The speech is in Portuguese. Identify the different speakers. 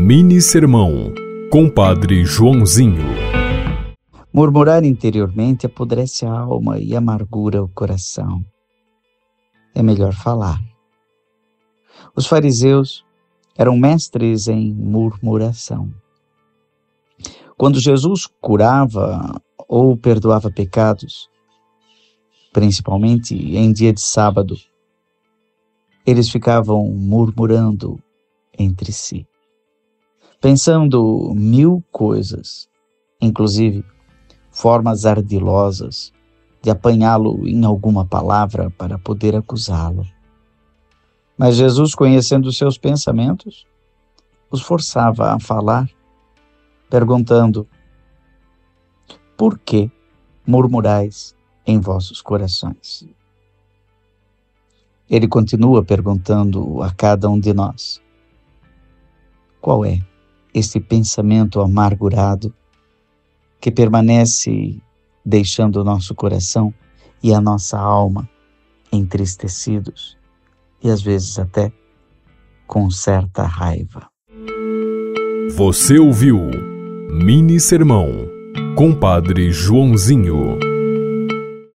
Speaker 1: Mini Sermão, Compadre Joãozinho.
Speaker 2: Murmurar interiormente apodrece a alma e amargura o coração. É melhor falar. Os fariseus eram mestres em murmuração. Quando Jesus curava ou perdoava pecados, principalmente em dia de sábado, eles ficavam murmurando entre si, pensando mil coisas, inclusive formas ardilosas de apanhá-lo em alguma palavra para poder acusá-lo. Mas Jesus, conhecendo os seus pensamentos, os forçava a falar, perguntando: por que murmurais em vossos corações? Ele continua perguntando a cada um de nós: qual é esse pensamento amargurado que permanece deixando o nosso coração e a nossa alma entristecidos e às vezes até com certa raiva?
Speaker 1: Você ouviu Mini Sermão, Compadre Joãozinho.